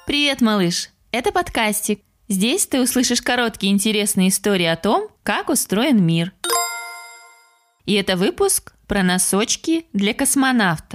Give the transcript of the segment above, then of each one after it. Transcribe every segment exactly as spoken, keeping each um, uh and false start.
Привет, малыш! Это подкастик. Здесь ты услышишь короткие интересные истории о том, как устроен мир. И это выпуск про носочки для космонавтов.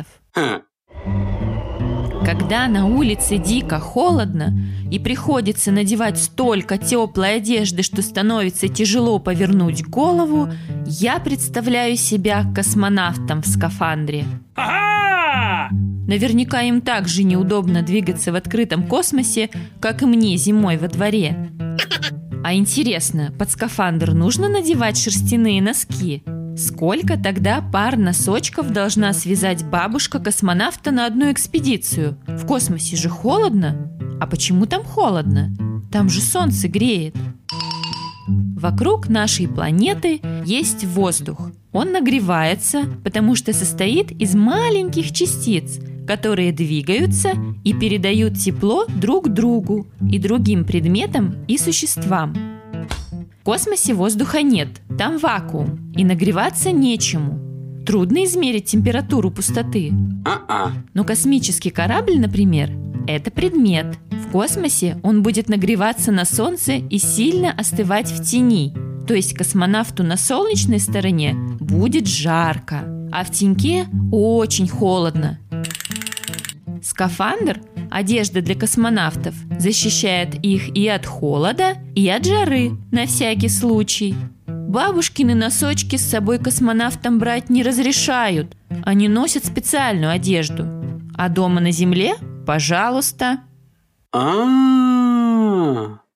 Когда на улице дико холодно и приходится надевать столько теплой одежды, что становится тяжело повернуть голову, я представляю себя космонавтом в скафандре. Ага! Наверняка им так же неудобно двигаться в открытом космосе, как и мне зимой во дворе. А интересно, под скафандр нужно надевать шерстяные носки? Сколько тогда пар носочков должна связать бабушка-космонавта на одну экспедицию? В космосе же холодно. А почему там холодно? Там же солнце греет. Вокруг нашей планеты есть воздух. Он нагревается, потому что состоит из маленьких частиц, которые двигаются и передают тепло друг другу и другим предметам и существам. В космосе воздуха нет, там вакуум, и нагреваться нечему. Трудно измерить температуру пустоты. А-а. Но космический корабль, например, это предмет. В космосе он будет нагреваться на солнце и сильно остывать в тени. То есть космонавту на солнечной стороне будет жарко, а в теньке очень холодно. Скафандр, одежда для космонавтов, защищает их и от холода, и от жары, на всякий случай. Бабушкины носочки с собой космонавтам брать не разрешают. Они носят специальную одежду. А дома на Земле – пожалуйста. А-а-а.